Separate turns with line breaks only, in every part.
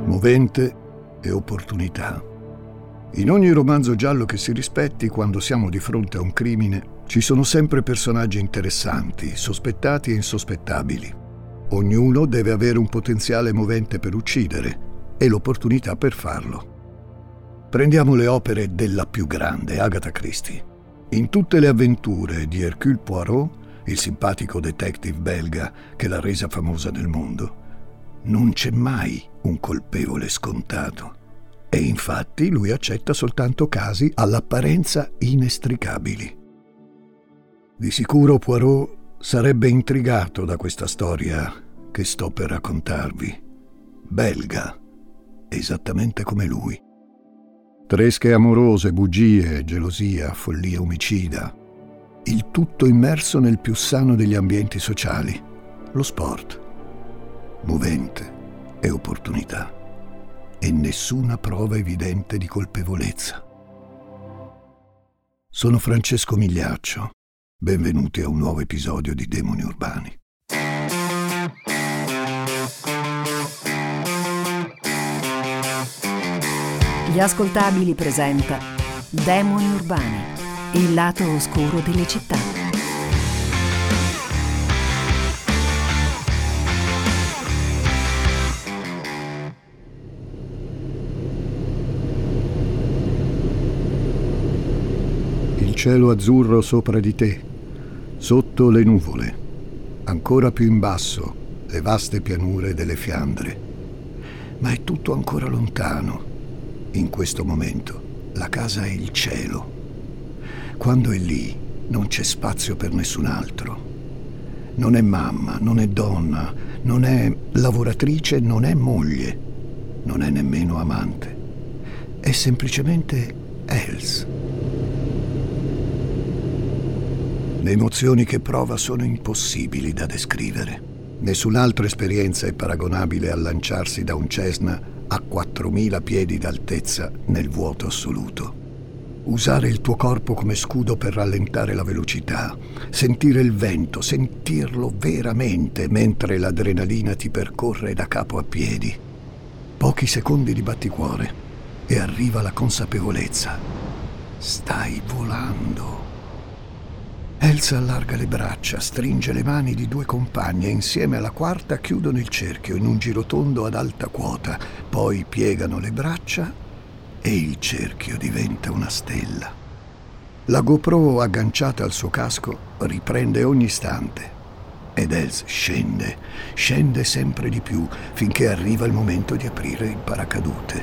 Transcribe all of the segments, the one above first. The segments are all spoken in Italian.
movente e opportunità. In ogni romanzo giallo che si rispetti, quando siamo di fronte a un crimine, ci sono sempre personaggi interessanti, sospettati e insospettabili. Ognuno deve avere un potenziale movente per uccidere e l'opportunità per farlo. Prendiamo le opere della più grande, Agatha Christie. In tutte le avventure di Hercule Poirot, il simpatico detective belga che l'ha resa famosa nel mondo, non c'è mai un colpevole scontato. E infatti lui accetta soltanto casi all'apparenza inestricabili. Di sicuro Poirot sarebbe intrigato da questa storia che sto per raccontarvi. Belga, esattamente come lui. Tresche amorose, bugie, gelosia, follia omicida. Il tutto immerso nel più sano degli ambienti sociali, lo sport. Movente e opportunità. E nessuna prova evidente di colpevolezza. Sono Francesco Migliaccio. Benvenuti a un nuovo episodio di Demoni Urbani.
Gli Ascoltabili presenta Demoni Urbani, il lato oscuro delle città.
Il cielo azzurro sopra di te, sotto le nuvole, ancora più in basso le vaste pianure delle Fiandre. Ma è tutto ancora lontano. In questo momento la casa è il cielo. Quando è lì non c'è spazio per nessun altro. Non è mamma, non è donna, non è lavoratrice, non è moglie, non è nemmeno amante. È semplicemente Else. Le emozioni che prova sono impossibili da descrivere. Nessun'altra esperienza è paragonabile al lanciarsi da un Cessna a 4.000 piedi d'altezza nel vuoto assoluto. Usare il tuo corpo come scudo per rallentare la velocità, sentire il vento, sentirlo veramente mentre l'adrenalina ti percorre da capo a piedi. Pochi secondi di batticuore e arriva la consapevolezza. Stai volando. Elsa allarga le braccia, stringe le mani di due compagne e insieme alla quarta chiudono il cerchio in un girotondo ad alta quota, poi piegano le braccia e il cerchio diventa una stella. La GoPro agganciata al suo casco riprende ogni istante ed Elsa scende sempre di più finché arriva il momento di aprire il paracadute.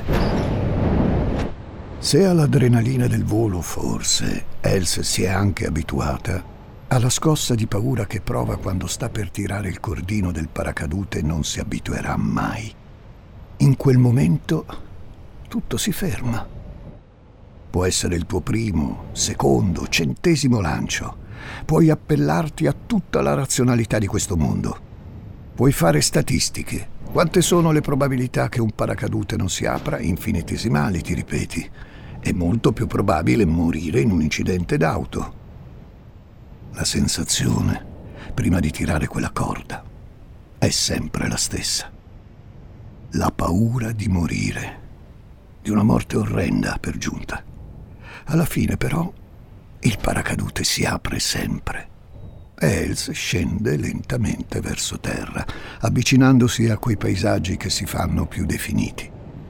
Se all'adrenalina del volo forse Else si è anche abituata, alla scossa di paura che prova quando sta per tirare il cordino del paracadute non si abituerà mai. In quel momento tutto si ferma. Può essere il tuo primo, secondo, 100° lancio. Puoi appellarti a tutta la razionalità di questo mondo. Puoi fare statistiche. Quante sono le probabilità che un paracadute non si apra? Infinitesimali, ti ripeti. È molto più probabile morire in un incidente d'auto. La sensazione, prima di tirare quella corda, è sempre la stessa. La paura di morire, di una morte orrenda per giunta. Alla fine, però, il paracadute si apre sempre. Else scende lentamente verso terra, avvicinandosi a quei paesaggi che si fanno più definiti.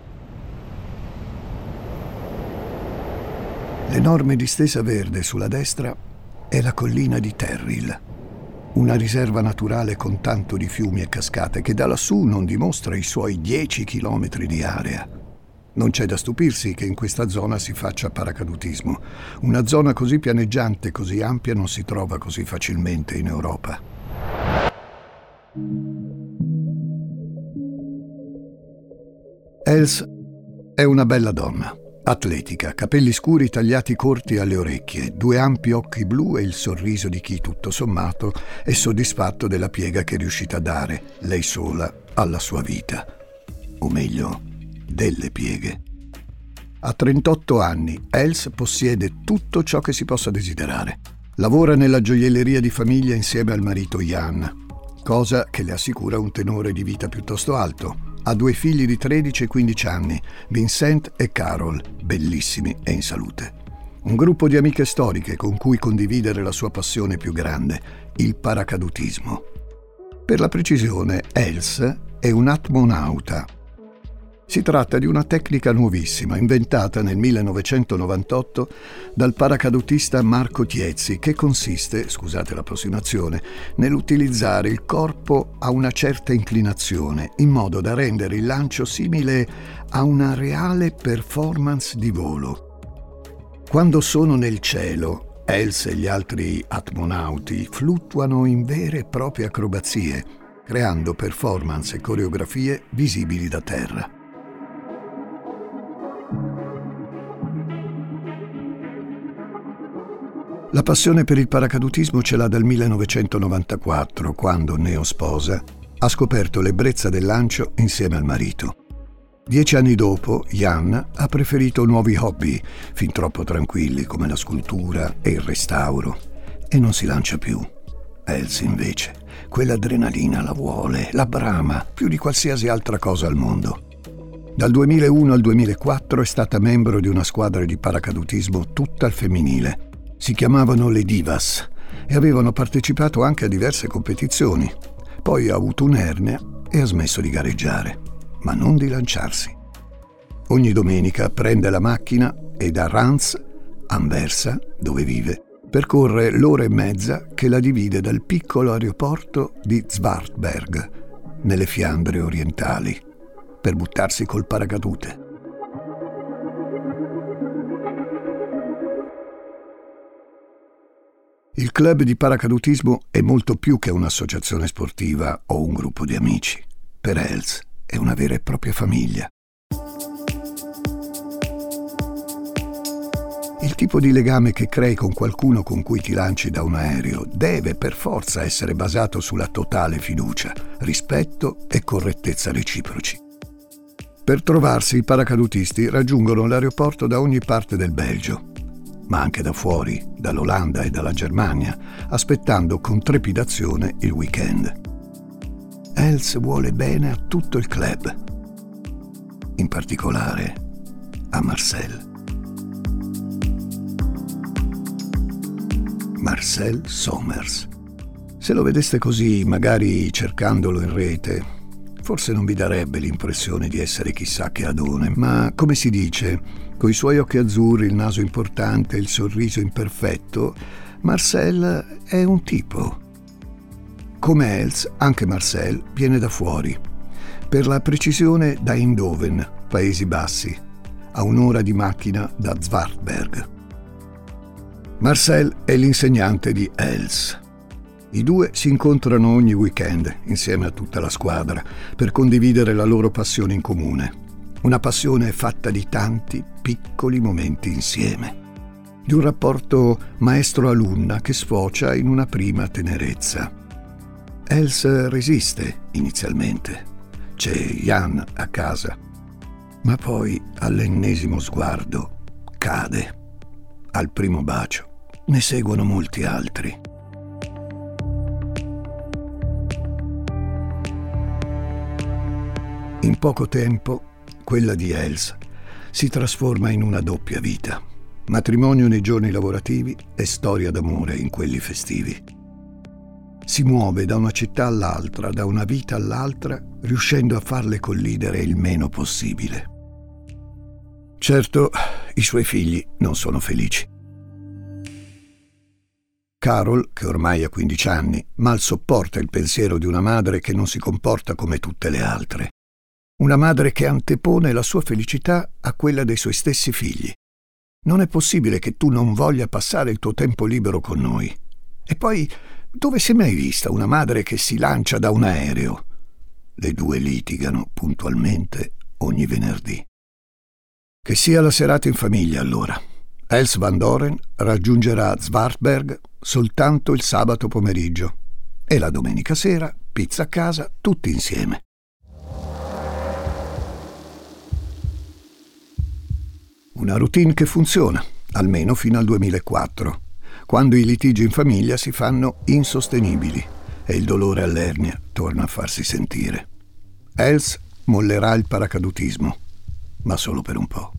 L'enorme distesa verde sulla destra è la collina di Terril, una riserva naturale con tanto di fiumi e cascate che da lassù non dimostra i suoi 10 chilometri di area. Non c'è da stupirsi che in questa zona si faccia paracadutismo. Una zona così pianeggiante, così ampia, non si trova così facilmente in Europa. Else è una bella donna, atletica, capelli scuri tagliati corti alle orecchie, 2 ampi occhi blu e il sorriso di chi, tutto sommato, è soddisfatto della piega che è riuscita a dare, lei sola, alla sua vita. O meglio, delle pieghe. A 38 anni, Else possiede tutto ciò che si possa desiderare. Lavora nella gioielleria di famiglia insieme al marito Jan, cosa che le assicura un tenore di vita piuttosto alto. Ha 2 figli di 13 e 15 anni, Vincent e Carol, bellissimi e in salute. Un gruppo di amiche storiche con cui condividere la sua passione più grande, il paracadutismo. Per la precisione, Els è un atmonauta. Si tratta di una tecnica nuovissima, inventata nel 1998 dal paracadutista Marco Tiezzi, che consiste, scusate l'approssimazione, nell'utilizzare il corpo a una certa inclinazione, in modo da rendere il lancio simile a una reale performance di volo. Quando sono nel cielo, Els e gli altri atmonauti fluttuano in vere e proprie acrobazie, creando performance e coreografie visibili da terra. La passione per il paracadutismo ce l'ha dal 1994, quando, neosposa, ha scoperto l'ebbrezza del lancio insieme al marito. 10 anni dopo, Jan ha preferito nuovi hobby, fin troppo tranquilli come la scultura e il restauro, e non si lancia più. Els, invece, quell'adrenalina la vuole, la brama, più di qualsiasi altra cosa al mondo. Dal 2001 al 2004 è stata membro di una squadra di paracadutismo tutta al femminile. Si chiamavano le Divas e avevano partecipato anche a diverse competizioni. Poi ha avuto un'ernia e ha smesso di gareggiare, ma non di lanciarsi. Ogni domenica prende la macchina e da Rans, Anversa, dove vive, percorre l'ora e mezza che la divide dal piccolo aeroporto di Zwartberg, nelle Fiandre orientali, per buttarsi col paracadute. Il club di paracadutismo è molto più che un'associazione sportiva o un gruppo di amici. Per Els è una vera e propria famiglia. Il tipo di legame che crei con qualcuno con cui ti lanci da un aereo deve per forza essere basato sulla totale fiducia, rispetto e correttezza reciproci. Per trovarsi, i paracadutisti raggiungono l'aeroporto da ogni parte del Belgio, ma anche da fuori, dall'Olanda e dalla Germania, aspettando con trepidazione il weekend. Els vuole bene a tutto il club, in particolare a Marcel. Marcel Somers. Se lo vedeste così, magari cercandolo in rete, forse non vi darebbe l'impressione di essere chissà che adone, ma, come si dice, coi suoi occhi azzurri, il naso importante e il sorriso imperfetto, Marcel è un tipo. Come Els, anche Marcel viene da fuori. Per la precisione da Eindhoven, Paesi Bassi, a un'ora di macchina da Zwartberg. Marcel è l'insegnante di Els. I due si incontrano ogni weekend, insieme a tutta la squadra, per condividere la loro passione in comune. Una passione fatta di tanti piccoli momenti insieme. Di un rapporto maestro-alunna che sfocia in una prima tenerezza. Els resiste inizialmente. C'è Jan a casa. Ma poi, all'ennesimo sguardo, cade. Al primo bacio ne seguono molti altri. In poco tempo, quella di Els si trasforma in una doppia vita. Matrimonio nei giorni lavorativi e storia d'amore in quelli festivi. Si muove da una città all'altra, da una vita all'altra, riuscendo a farle collidere il meno possibile. Certo, i suoi figli non sono felici. Carol, che ormai ha 15 anni, mal sopporta il pensiero di una madre che non si comporta come tutte le altre. Una madre che antepone la sua felicità a quella dei suoi stessi figli. Non è possibile che tu non voglia passare il tuo tempo libero con noi. E poi, dove si è mai vista una madre che si lancia da un aereo? Le due litigano puntualmente ogni venerdì. Che sia la serata in famiglia, allora. Els van Doren raggiungerà Zwartberg soltanto il sabato pomeriggio e la domenica sera, pizza a casa, tutti insieme. Una routine che funziona, almeno fino al 2004, quando i litigi in famiglia si fanno insostenibili e il dolore all'ernia torna a farsi sentire. Els mollerà il paracadutismo, ma solo per un po'.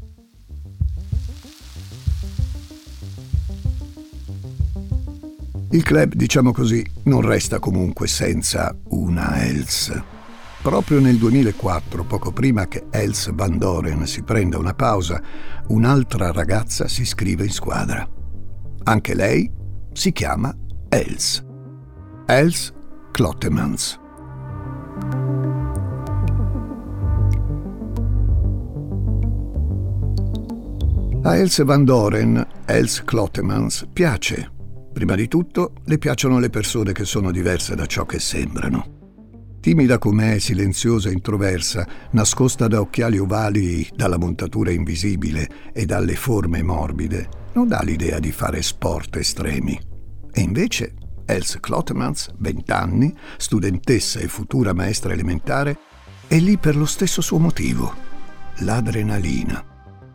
Il club, diciamo così, non resta comunque senza una Els. Proprio nel 2004, poco prima che Els Van Doren si prenda una pausa, un'altra ragazza si iscrive in squadra. Anche lei si chiama Els. Els Klottemans. A Els Van Doren, Els Klottemans, piace. Prima di tutto, le piacciono le persone che sono diverse da ciò che sembrano. Timida com'è, silenziosa e introversa, nascosta da occhiali ovali, dalla montatura invisibile e dalle forme morbide, non dà l'idea di fare sport estremi. E invece, Els Klottemans, 20 anni, studentessa e futura maestra elementare, è lì per lo stesso suo motivo, l'adrenalina.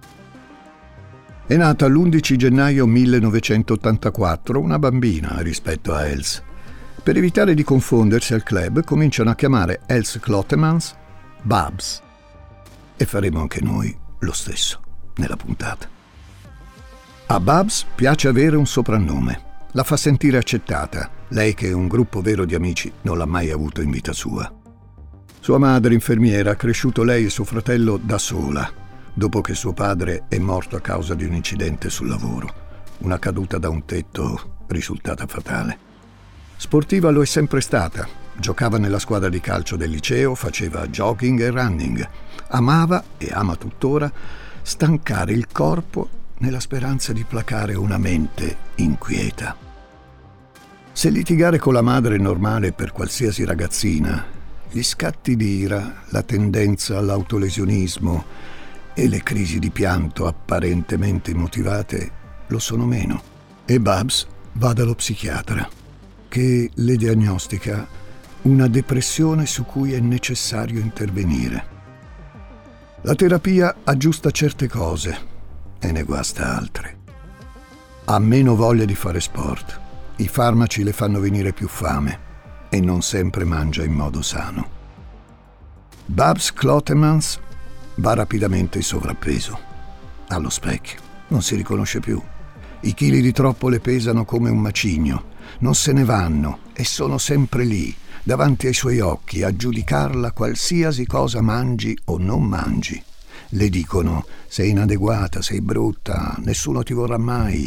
È nata l'11 gennaio 1984, una bambina rispetto a Els. Per evitare di confondersi al club cominciano a chiamare Els Klottemans Babs. E faremo anche noi lo stesso nella puntata. A Babs piace avere un soprannome. La fa sentire accettata, lei che un gruppo vero di amici non l'ha mai avuto in vita sua. Sua madre, infermiera, ha cresciuto lei e suo fratello da sola, dopo che suo padre è morto a causa di un incidente sul lavoro, una caduta da un tetto risultata fatale. Sportiva lo è sempre stata, giocava nella squadra di calcio del liceo, faceva jogging e running, amava, e ama tuttora, stancare il corpo nella speranza di placare una mente inquieta. Se litigare con la madre è normale per qualsiasi ragazzina, gli scatti di ira, la tendenza all'autolesionismo e le crisi di pianto apparentemente immotivate lo sono meno. E Babs va dallo psichiatra, che le diagnostica una depressione su cui è necessario intervenire. La terapia aggiusta certe cose e ne guasta altre. Ha meno voglia di fare sport, i farmaci le fanno venire più fame e non sempre mangia in modo sano. Babs Klottemans va rapidamente in sovrappeso. Allo specchio non si riconosce più. I chili di troppo le pesano come un macigno. Non se ne vanno e sono sempre lì, davanti ai suoi occhi, a giudicarla qualsiasi cosa mangi o non mangi. Le dicono: sei inadeguata, sei brutta, nessuno ti vorrà mai.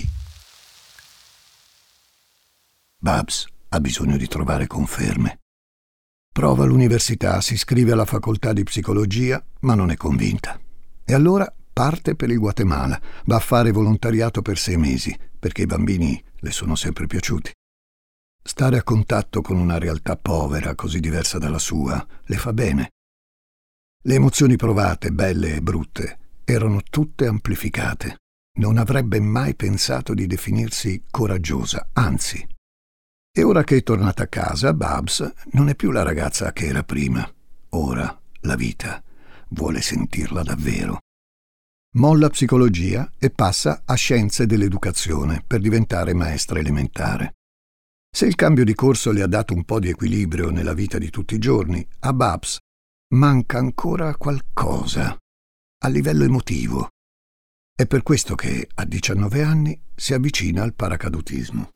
Babs ha bisogno di trovare conferme. Prova l'università, si iscrive alla facoltà di psicologia, ma non è convinta. E allora parte per il Guatemala, va a fare volontariato per 6 mesi, perché i bambini le sono sempre piaciuti. Stare a contatto con una realtà povera, così diversa dalla sua, le fa bene. Le emozioni provate, belle e brutte, erano tutte amplificate. Non avrebbe mai pensato di definirsi coraggiosa, anzi. E ora che è tornata a casa, Babs non è più la ragazza che era prima. Ora la vita vuole sentirla davvero. Molla psicologia e passa a scienze dell'educazione per diventare maestra elementare. Se il cambio di corso le ha dato un po' di equilibrio nella vita di tutti i giorni, a Babs manca ancora qualcosa a livello emotivo. È per questo che a 19 anni si avvicina al paracadutismo.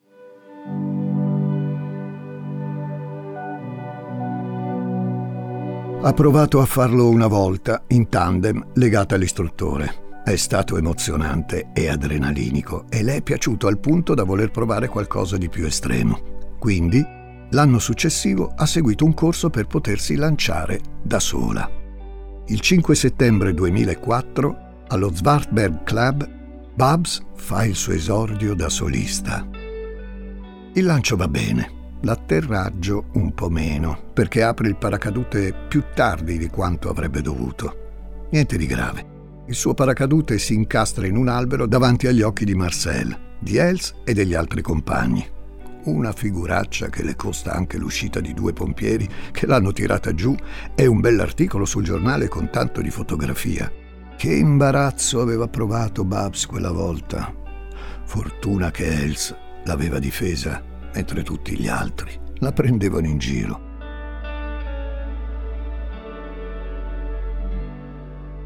Ha provato a farlo una volta, in tandem, legata all'istruttore. È stato emozionante e adrenalinico e le è piaciuto al punto da voler provare qualcosa di più estremo. Quindi, l'anno successivo ha seguito un corso per potersi lanciare da sola. Il 5 settembre 2004, allo Svartberg Club, Babs fa il suo esordio da solista. Il lancio va bene. L'atterraggio un po' meno, perché apre il paracadute più tardi di quanto avrebbe dovuto. Niente di grave. Il suo paracadute si incastra in un albero davanti agli occhi di Marcel, di Els e degli altri compagni. Una figuraccia che le costa anche l'uscita di 2 pompieri che l'hanno tirata giù e un bell'articolo sul giornale con tanto di fotografia. Che imbarazzo aveva provato Babs quella volta. Fortuna che Els l'aveva difesa, mentre tutti gli altri la prendevano in giro.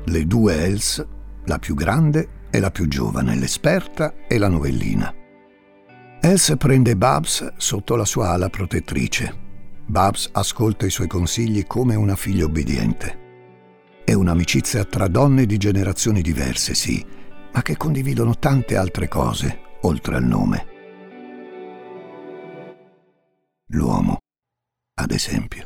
Le due Els, la più grande e la più giovane, l'esperta e la novellina. Els prende Babs sotto la sua ala protettrice. Babs ascolta i suoi consigli come una figlia obbediente. È un'amicizia tra donne di generazioni diverse, sì, ma che condividono tante altre cose, oltre al nome. L'uomo, ad esempio.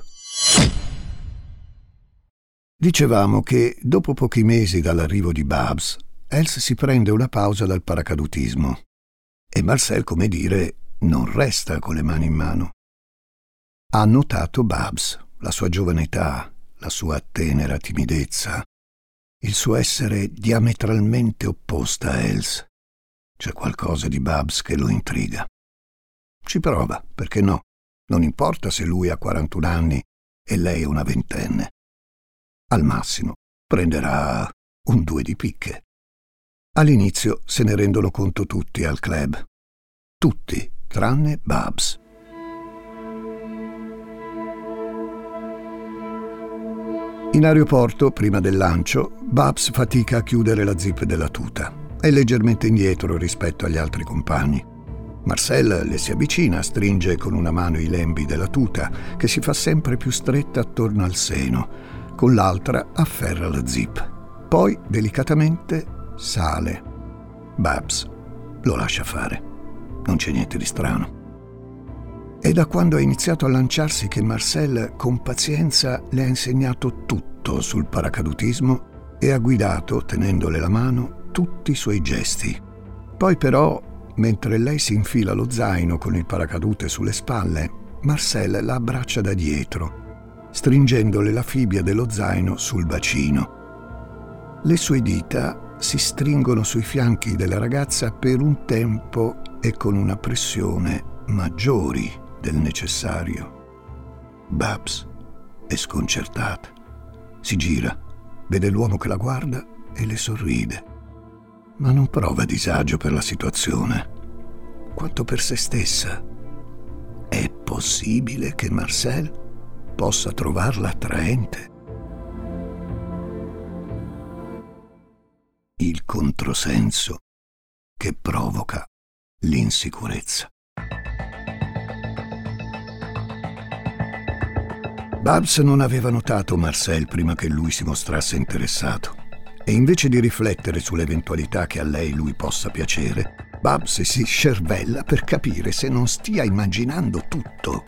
Dicevamo che, dopo pochi mesi dall'arrivo di Babs, Els si prende una pausa dal paracadutismo e Marcel, come dire, non resta con le mani in mano. Ha notato Babs, la sua giovane età, la sua tenera timidezza, il suo essere diametralmente opposta a Els. C'è qualcosa di Babs che lo intriga. Ci prova, perché no? Non importa se lui ha 41 anni e lei è una ventenne. Al massimo prenderà un 2 di picche. All'inizio se ne rendono conto tutti al club. Tutti, tranne Babs. In aeroporto, prima del lancio, Babs fatica a chiudere la zip della tuta. È leggermente indietro rispetto agli altri compagni. Marcel le si avvicina, stringe con una mano i lembi della tuta, che si fa sempre più stretta attorno al seno. Con l'altra afferra la zip. Poi, delicatamente, sale. Babs lo lascia fare. Non c'è niente di strano. È da quando ha iniziato a lanciarsi che Marcel, con pazienza, le ha insegnato tutto sul paracadutismo e ha guidato, tenendole la mano, tutti i suoi gesti. Poi però, mentre lei si infila lo zaino con il paracadute sulle spalle, Marcel la abbraccia da dietro, stringendole la fibbia dello zaino sul bacino. Le sue dita si stringono sui fianchi della ragazza per un tempo e con una pressione maggiori del necessario. Babs è sconcertata. Si gira, vede l'uomo che la guarda e le sorride. Ma non prova disagio per la situazione, quanto per se stessa. È possibile che Marcel possa trovarla attraente? Il controsenso che provoca l'insicurezza. Babs non aveva notato Marcel prima che lui si mostrasse interessato e invece di riflettere sull'eventualità che a lei lui possa piacere, Babs si scervella per capire se non stia immaginando tutto.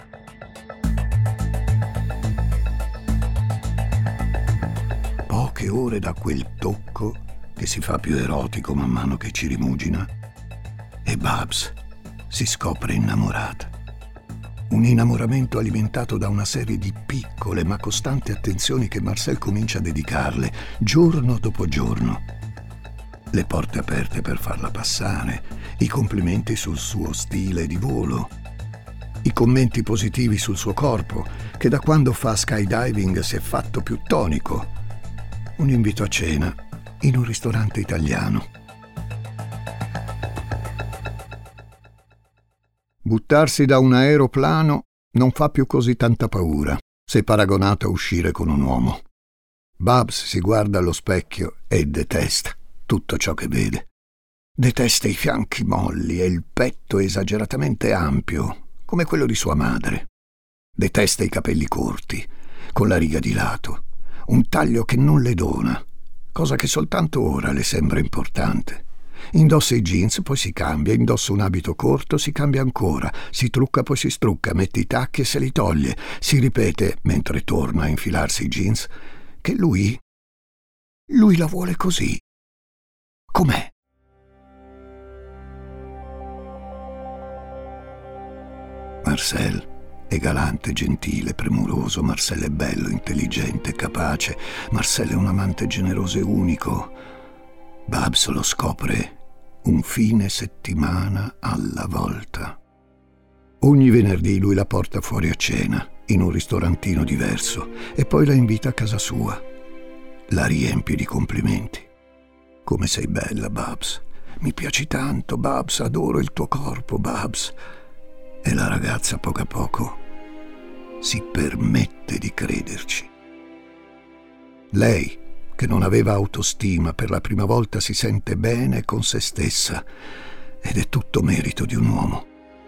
Poche ore da quel tocco che si fa più erotico man mano che ci rimugina e Babs si scopre innamorata. Un innamoramento alimentato da una serie di piccole ma costanti attenzioni che Marcel comincia a dedicarle giorno dopo giorno. Le porte aperte per farla passare, i complimenti sul suo stile di volo, i commenti positivi sul suo corpo, che da quando fa skydiving si è fatto più tonico, un invito a cena in un ristorante italiano. Buttarsi da un aeroplano non fa più così tanta paura, se paragonato a uscire con un uomo. Babs si guarda allo specchio e detesta tutto ciò che vede. Detesta i fianchi molli e il petto esageratamente ampio, come quello di sua madre. Detesta i capelli corti, con la riga di lato, un taglio che non le dona, cosa che soltanto ora le sembra importante. Indossa i jeans, poi si cambia, indossa un abito corto, si cambia ancora, si trucca, poi si strucca, mette i tacchi e se li toglie. Si ripete, mentre torna a infilarsi i jeans, che lui la vuole così. Com'è? Marcel è galante, gentile, premuroso. Marcel è bello, intelligente, capace. Marcel è un amante generoso e unico. Babs lo scopre un fine settimana alla volta. Ogni venerdì lui la porta fuori a cena, in un ristorantino diverso, e poi la invita a casa sua. La riempie di complimenti. Come sei bella, Babs. Mi piaci tanto, Babs. Adoro il tuo corpo, Babs. E la ragazza, poco a poco, si permette di crederci. Lei, che non aveva autostima, per la prima volta si sente bene con se stessa ed è tutto merito di un uomo.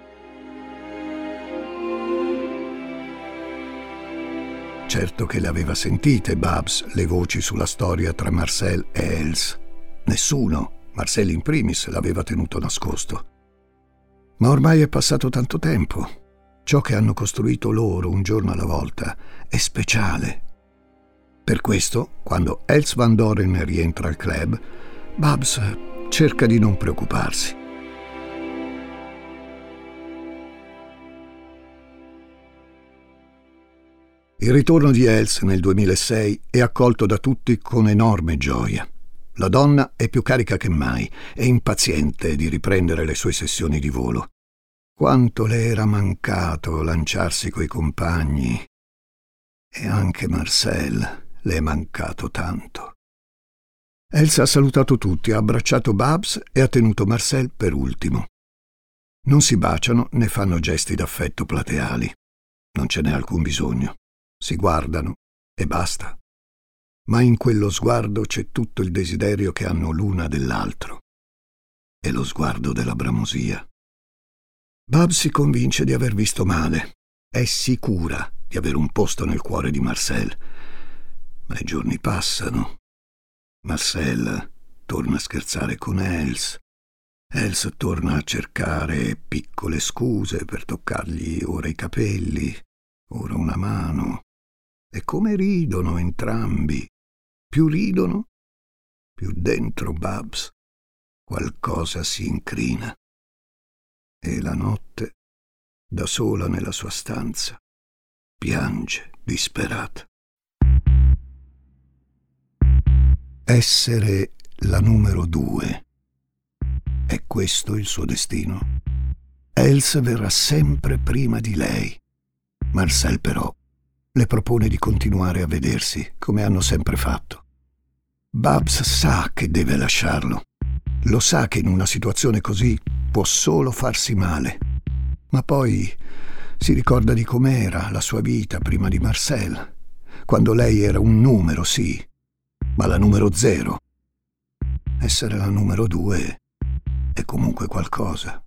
Certo che le aveva sentite Babs le voci sulla storia tra Marcel e Else. Nessuno, Marcel in primis, l'aveva tenuto nascosto. Ma ormai è passato tanto tempo. Ciò che hanno costruito loro un giorno alla volta è speciale. Per questo, quando Else Van Doren rientra al club, Babs cerca di non preoccuparsi. Il ritorno di Else nel 2006 è accolto da tutti con enorme gioia. La donna è più carica che mai e impaziente di riprendere le sue sessioni di volo. Quanto le era mancato lanciarsi coi compagni. E anche Marcel le è mancato tanto. Else ha salutato tutti, ha abbracciato Babs e ha tenuto Marcel per ultimo. Non si baciano né fanno gesti d'affetto plateali. Non ce n'è alcun bisogno. Si guardano e basta. Ma in quello sguardo c'è tutto il desiderio che hanno l'una dell'altro. È lo sguardo della bramosia. Babs si convince di aver visto male. È sicura di avere un posto nel cuore di Marcel. Ma i giorni passano. Marcel torna a scherzare con Else. Else torna a cercare piccole scuse per toccargli ora i capelli, ora una mano. E come ridono entrambi. Più ridono, più dentro Babs qualcosa si incrina. E la notte, da sola nella sua stanza, piange disperata. Essere la numero 2. È questo il suo destino? Else verrà sempre prima di lei. Marcel però le propone di continuare a vedersi come hanno sempre fatto. Babs sa che deve lasciarlo. Lo sa che in una situazione così può solo farsi male. Ma poi si ricorda di com'era la sua vita prima di Marcel, quando lei era un numero, sì, ma la numero 0. Essere la numero 2 è comunque qualcosa.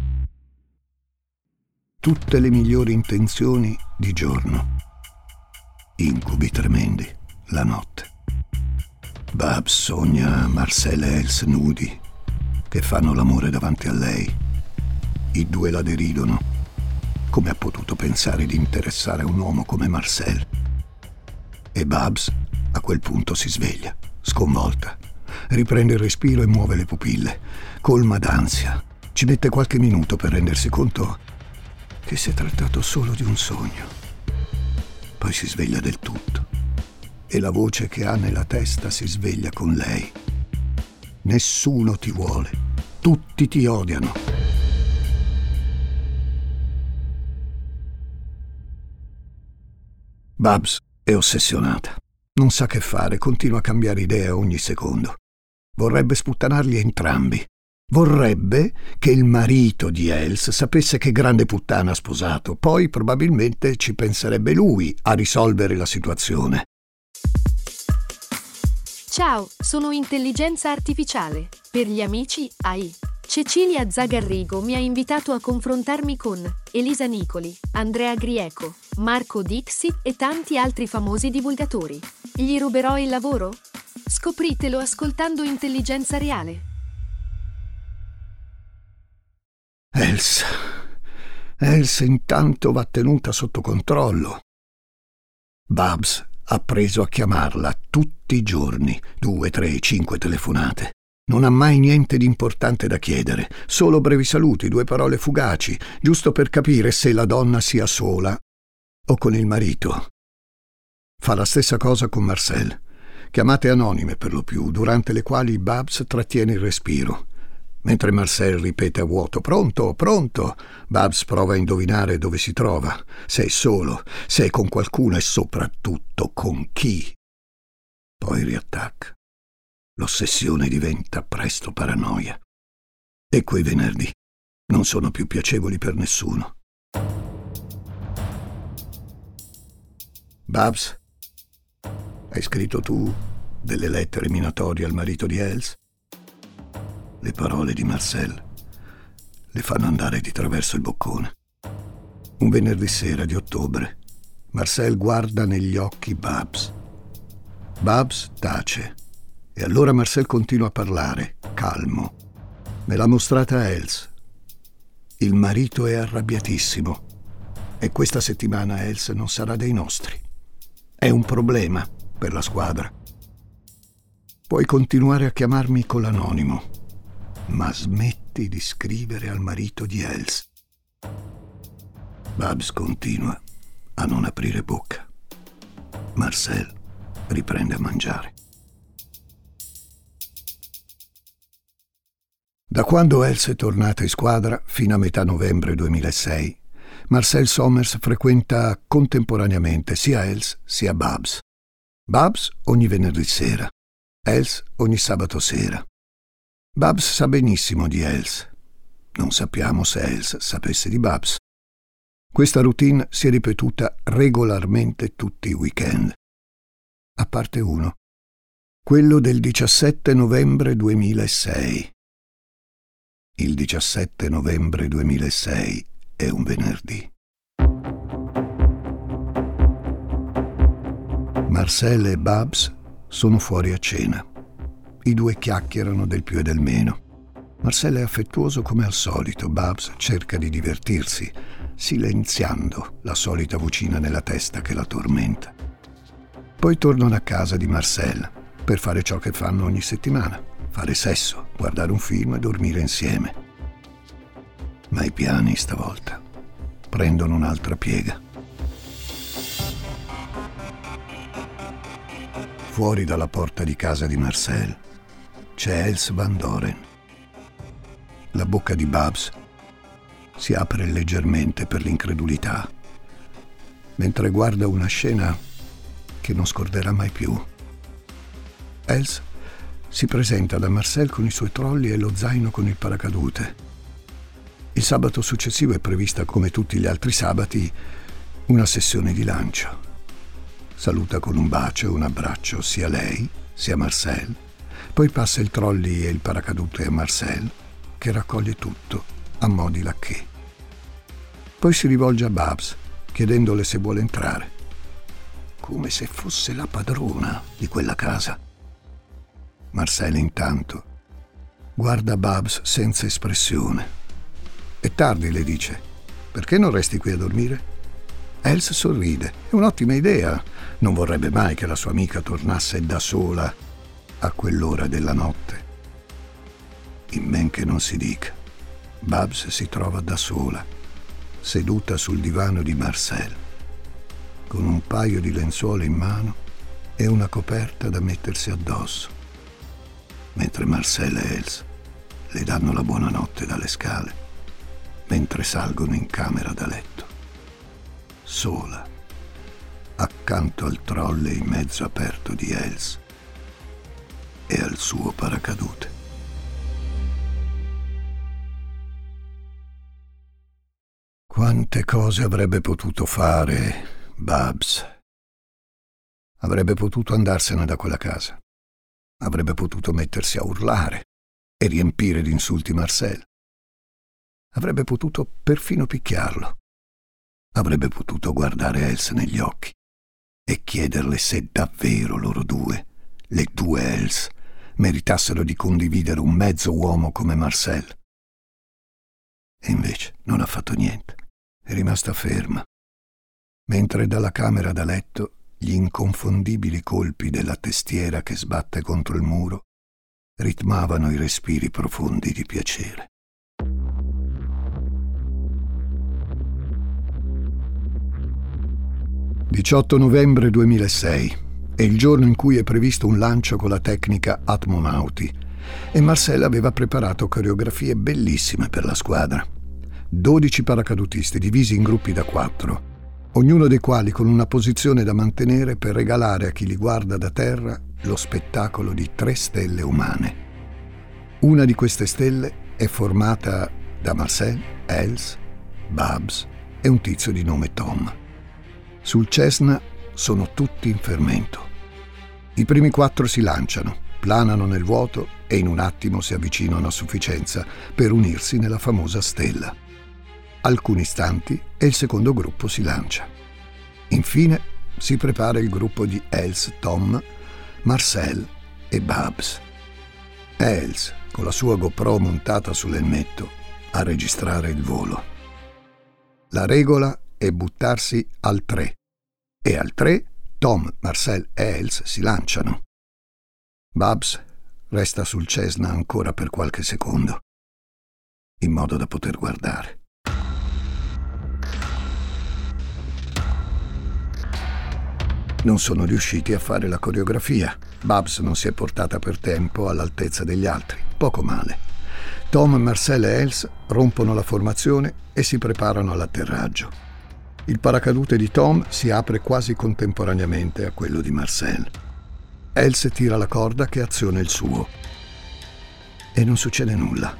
Tutte le migliori intenzioni di giorno. Incubi tremendi la notte. Babs sogna Marcel e Else nudi che fanno l'amore davanti a lei. I due la deridono. Come ha potuto pensare di interessare a un uomo come Marcel? E Babs a quel punto si sveglia, sconvolta. Riprende il respiro e muove le pupille, colma d'ansia. Ci mette qualche minuto per rendersi conto che si è trattato solo di un sogno. Poi si sveglia del tutto e la voce che ha nella testa si sveglia con lei. Nessuno ti vuole, tutti ti odiano. Babs è ossessionata. Non sa che fare, continua a cambiare idea ogni secondo. Vorrebbe sputtanarli entrambi. Vorrebbe che il marito di Else sapesse che grande puttana ha sposato, poi probabilmente ci penserebbe lui a risolvere la situazione.
Ciao, sono intelligenza artificiale. Per gli amici, AI. Cecilia Zagarrigo mi ha invitato a confrontarmi con Elisa Nicoli, Andrea Grieco, Marco Dixit e tanti altri famosi divulgatori. Gli ruberò il lavoro? Scopritelo ascoltando Intelligenza Reale.
Else intanto va tenuta sotto controllo. Babs ha preso a chiamarla tutti i giorni, 2, 3, 5 telefonate. Non ha mai niente di importante da chiedere, solo brevi saluti, 2 parole fugaci, giusto per capire se la donna sia sola o con il marito. Fa la stessa cosa con Marcel. Chiamate anonime per lo più, durante le quali Babs trattiene il respiro. Mentre Marcel ripete a vuoto «Pronto, pronto!», Babs prova a indovinare dove si trova, se è solo, se è con qualcuno e soprattutto con chi. Poi riattacca. L'ossessione diventa presto paranoia. E quei venerdì non sono più piacevoli per nessuno. Babs, hai scritto tu delle lettere minatorie al marito di Els. Le parole di Marcel le fanno andare di traverso il boccone. Un venerdì sera di ottobre, Marcel guarda negli occhi Babs. Babs tace e allora Marcel continua a parlare, calmo. Me l'ha mostrata Els. Il marito è arrabbiatissimo e questa settimana Els non sarà dei nostri. È un problema per la squadra. Puoi continuare a chiamarmi con l'anonimo, ma smetti di scrivere al marito di Els. Babs continua a non aprire bocca. Marcel riprende a mangiare. Da quando Els è tornata in squadra, fino a metà novembre 2006, Marcel Sommers frequenta contemporaneamente sia Els sia Babs. Babs ogni venerdì sera, Els ogni sabato sera. Babs sa benissimo di Els. Non sappiamo se Els sapesse di Babs. Questa routine si è ripetuta regolarmente tutti i weekend. A parte uno, quello del 17 novembre 2006. Il 17 novembre 2006 è un venerdì. Marcel e Babs sono fuori a cena. I due chiacchierano del più e del meno. Marcel è affettuoso come al solito. Babs cerca di divertirsi, silenziando la solita vocina nella testa che la tormenta. Poi tornano a casa di Marcel per fare ciò che fanno ogni settimana: fare sesso, guardare un film e dormire insieme. Ma i piani stavolta prendono un'altra piega. Fuori dalla porta di casa di Marcel c'è Els Van Doren. La bocca di Babs si apre leggermente per l'incredulità, mentre guarda una scena che non scorderà mai più. Els si presenta da Marcel con i suoi trolli e lo zaino con il paracadute. Il sabato successivo è prevista, come tutti gli altri sabati, una sessione di lancio. Saluta con un bacio e un abbraccio sia lei sia Marcel, poi passa il trolley e il paracadute a Marcel, che raccoglie tutto a mo' di lacché. Poi si rivolge a Babs, chiedendole se vuole entrare, come se fosse la padrona di quella casa. Marcel intanto guarda Babs senza espressione. È tardi, le dice. Perché non resti qui a dormire? Els sorride. È un'ottima idea. Non vorrebbe mai che la sua amica tornasse da sola a quell'ora della notte. In men che non si dica, Babs si trova da sola, seduta sul divano di Marcel, con un paio di lenzuola in mano e una coperta da mettersi addosso, mentre Marcel e Els le danno la buonanotte dalle scale, mentre salgono in camera da letto. Sola, accanto al trolley mezzo aperto di Els e al suo paracadute. Quante cose avrebbe potuto fare Babs. Avrebbe potuto andarsene da quella casa. Avrebbe potuto mettersi a urlare e riempire di insulti Marcel. Avrebbe potuto perfino picchiarlo. Avrebbe potuto guardare Els negli occhi e chiederle se davvero loro due, le due Els, meritassero di condividere un mezzo uomo come Marcel. E invece non ha fatto niente. È rimasta ferma, mentre dalla camera da letto gli inconfondibili colpi della testiera che sbatte contro il muro ritmavano i respiri profondi di piacere. Il 18 novembre 2006 è il giorno in cui è previsto un lancio con la tecnica Atmonauti e Marcel aveva preparato coreografie bellissime per la squadra. 12 paracadutisti divisi in gruppi da 4, ognuno dei quali con una posizione da mantenere per regalare a chi li guarda da terra lo spettacolo di 3 stelle umane. Una di queste stelle è formata da Marcel, Els, Babs e un tizio di nome Tom. Sul Cessna sono tutti in fermento. I primi 4 si lanciano, planano nel vuoto e in un attimo si avvicinano a sufficienza per unirsi nella famosa stella. Alcuni istanti e il secondo gruppo si lancia. Infine si prepara il gruppo di Els, Tom, Marcel e Babs. Els, con la sua GoPro montata sull'elmetto, a registrare il volo. La regola è buttarsi al 3 e al 3 Tom, Marcel e Els si lanciano. Babs resta sul Cessna ancora per qualche secondo, in modo da poter guardare. Non sono riusciti a fare la coreografia. Babs non si è portata per tempo all'altezza degli altri, poco male. Tom, Marcel e Els rompono la formazione e si preparano all'atterraggio. Il paracadute di Tom si apre quasi contemporaneamente a quello di Marcel. Els tira la corda che aziona il suo. E non succede nulla.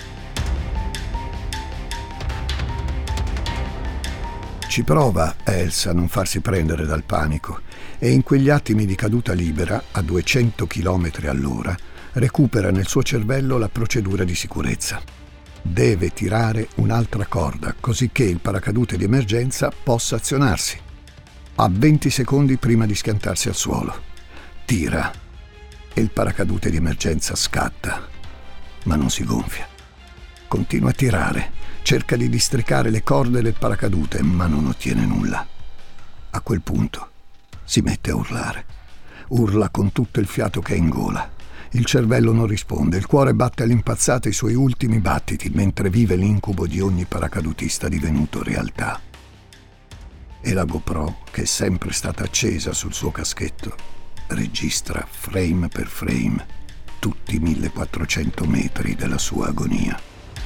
Ci prova Els a non farsi prendere dal panico e in quegli attimi di caduta libera, a 200 km all'ora, recupera nel suo cervello la procedura di sicurezza. Deve tirare un'altra corda, così che il paracadute di emergenza possa azionarsi. Ha 20 secondi prima di schiantarsi al suolo. Tira e il paracadute di emergenza scatta, ma non si gonfia. Continua a tirare, cerca di districare le corde del paracadute, ma non ottiene nulla. A quel punto si mette a urlare. Urla con tutto il fiato che ha in gola. Il cervello non risponde, il cuore batte all'impazzata i suoi ultimi battiti mentre vive l'incubo di ogni paracadutista divenuto realtà. E la GoPro, che è sempre stata accesa sul suo caschetto, registra frame per frame tutti i 1400 metri della sua agonia.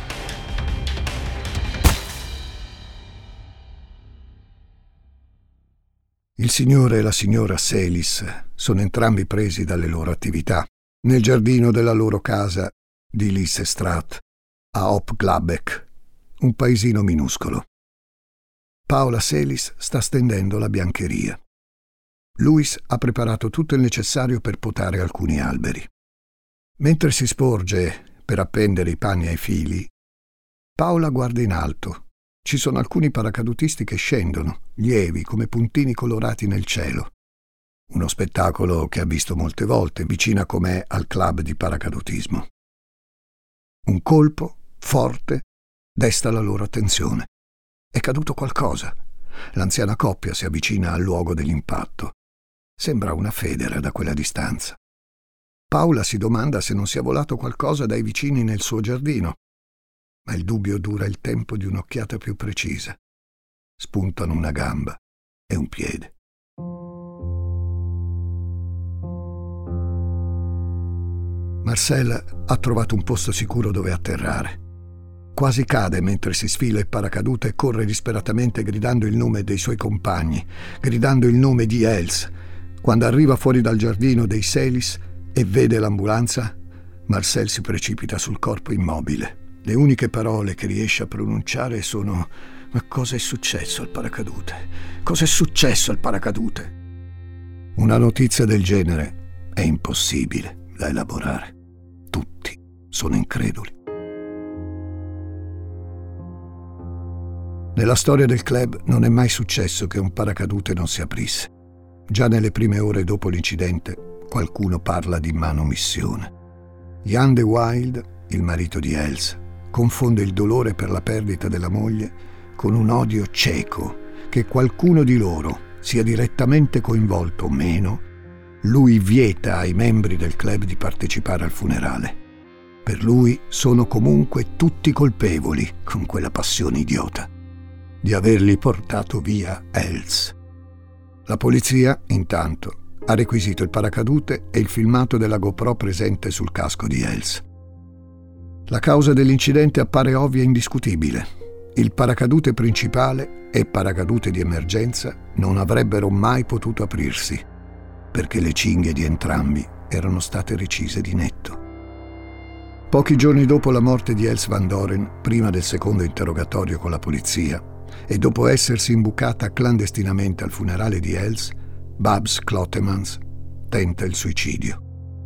Il signore e la signora Celis sono entrambi presi dalle loro attività nel giardino della loro casa di Lissestraat, a Opgladbeck, un paesino minuscolo. Paola Celis sta stendendo la biancheria. Louis ha preparato tutto il necessario per potare alcuni alberi. Mentre si sporge per appendere i panni ai fili, Paola guarda in alto. Ci sono alcuni paracadutisti che scendono, lievi come puntini colorati nel cielo. Uno spettacolo che ha visto molte volte, vicina com'è al club di paracadutismo. Un colpo, forte, desta la loro attenzione. È caduto qualcosa. L'anziana coppia si avvicina al luogo dell'impatto. Sembra una federa da quella distanza. Paola si domanda se non sia volato qualcosa dai vicini nel suo giardino. Ma il dubbio dura il tempo di un'occhiata più precisa. Spuntano una gamba e un piede. Marcel ha trovato un posto sicuro dove atterrare. Quasi cade mentre si sfila il paracadute e corre disperatamente gridando il nome dei suoi compagni, gridando il nome di Els. Quando arriva fuori dal giardino dei Celis e vede l'ambulanza, Marcel si precipita sul corpo immobile. Le uniche parole che riesce a pronunciare sono: ma cosa è successo al paracadute? Cosa è successo al paracadute? Una notizia del genere è impossibile da elaborare. Tutti sono increduli. Nella storia del club non è mai successo che un paracadute non si aprisse. Già nelle prime ore dopo l'incidente qualcuno parla di manomissione. Jan de Wild, il marito di Els, confonde il dolore per la perdita della moglie con un odio cieco che qualcuno di loro sia direttamente coinvolto o meno. Lui vieta ai membri del club di partecipare al funerale. Per lui sono comunque tutti colpevoli, con quella passione idiota, di avergli portato via Els. La polizia, intanto, ha requisito il paracadute e il filmato della GoPro presente sul casco di Els. La causa dell'incidente appare ovvia e indiscutibile. Il paracadute principale e paracadute di emergenza non avrebbero mai potuto aprirsi, perché le cinghie di entrambi erano state recise di netto. Pochi giorni dopo la morte di Els Van Doren, prima del secondo interrogatorio con la polizia, e dopo essersi imbucata clandestinamente al funerale di Els, Babs Clotemans tenta il suicidio.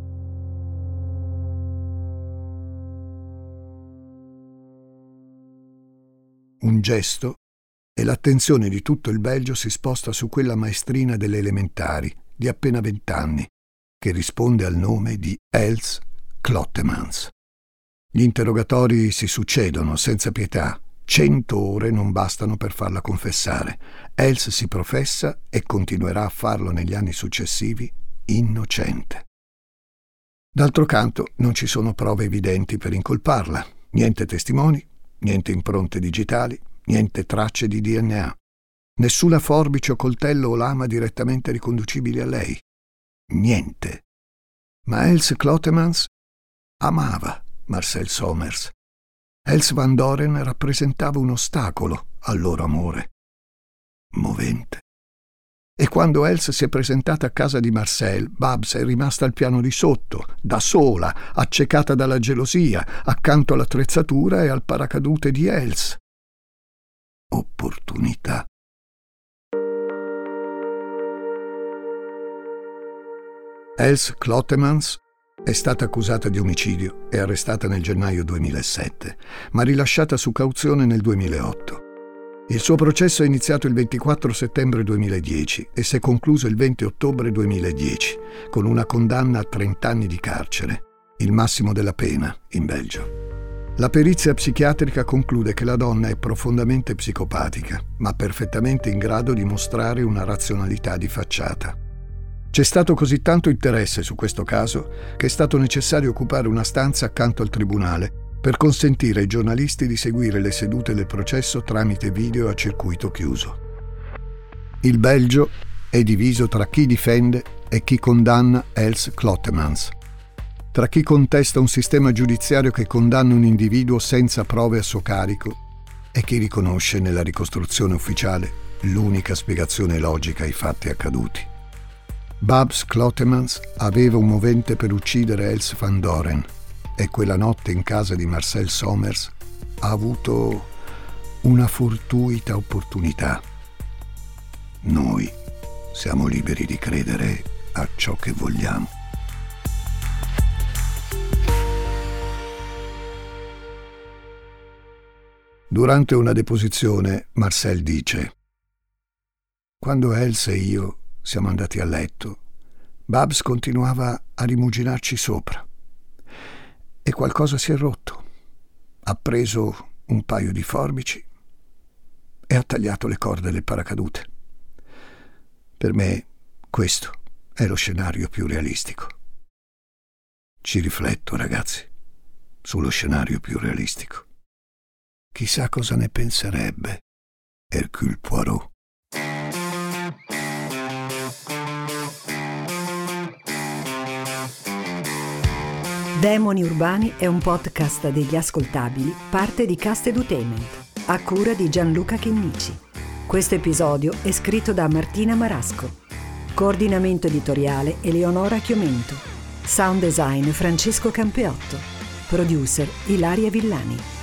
Un gesto e l'attenzione di tutto il Belgio si sposta su quella maestrina delle elementari di appena 20 anni, che risponde al nome di Els Klottemans. Gli interrogatori si succedono senza pietà. 100 ore non bastano per farla confessare. Els si professa e continuerà a farlo negli anni successivi innocente. D'altro canto non ci sono prove evidenti per incolparla. Niente testimoni, niente impronte digitali, niente tracce di DNA. Nessuna forbice o coltello o lama direttamente riconducibili a lei. Niente. Ma Els Klottemans amava Marcel Somers. Els Van Doren rappresentava un ostacolo al loro amore. Movente. E quando Els si è presentata a casa di Marcel, Babs è rimasta al piano di sotto, da sola, accecata dalla gelosia, accanto all'attrezzatura e al paracadute di Els. Opportunità. Els Klottemans è stata accusata di omicidio e arrestata nel gennaio 2007, ma rilasciata su cauzione nel 2008. Il suo processo è iniziato il 24 settembre 2010 e si è concluso il 20 ottobre 2010, con una condanna a 30 anni di carcere, il massimo della pena in Belgio. La perizia psichiatrica conclude che la donna è profondamente psicopatica, ma perfettamente in grado di mostrare una razionalità di facciata. C'è stato così tanto interesse su questo caso che è stato necessario occupare una stanza accanto al tribunale per consentire ai giornalisti di seguire le sedute del processo tramite video a circuito chiuso. Il Belgio è diviso tra chi difende e chi condanna Els Klottemans, tra chi contesta un sistema giudiziario che condanna un individuo senza prove a suo carico e chi riconosce nella ricostruzione ufficiale l'unica spiegazione logica ai fatti accaduti. Babs Klottemans aveva un movente per uccidere Els Van Doren e quella notte in casa di Marcel Somers ha avuto una fortuita opportunità. Noi siamo liberi di credere a ciò che vogliamo. Durante una deposizione, Marcel dice: «Quando Els e io siamo andati a letto, Babs continuava a rimuginarci sopra e qualcosa si è rotto. Ha preso un paio di forbici e ha tagliato le corde del paracadute. Per me questo è lo scenario più realistico. Ci rifletto, ragazzi, sullo scenario più realistico. Chissà cosa ne penserebbe Hercule Poirot».
Demoni Urbani è un podcast degli Ascoltabili, parte di Cast Edutainment, a cura di Gianluca Chinnici. Questo episodio è scritto da Martina Marasco. Coordinamento editoriale Eleonora Chiomento. Sound design Francesco Campeotto. Producer Ilaria Villani.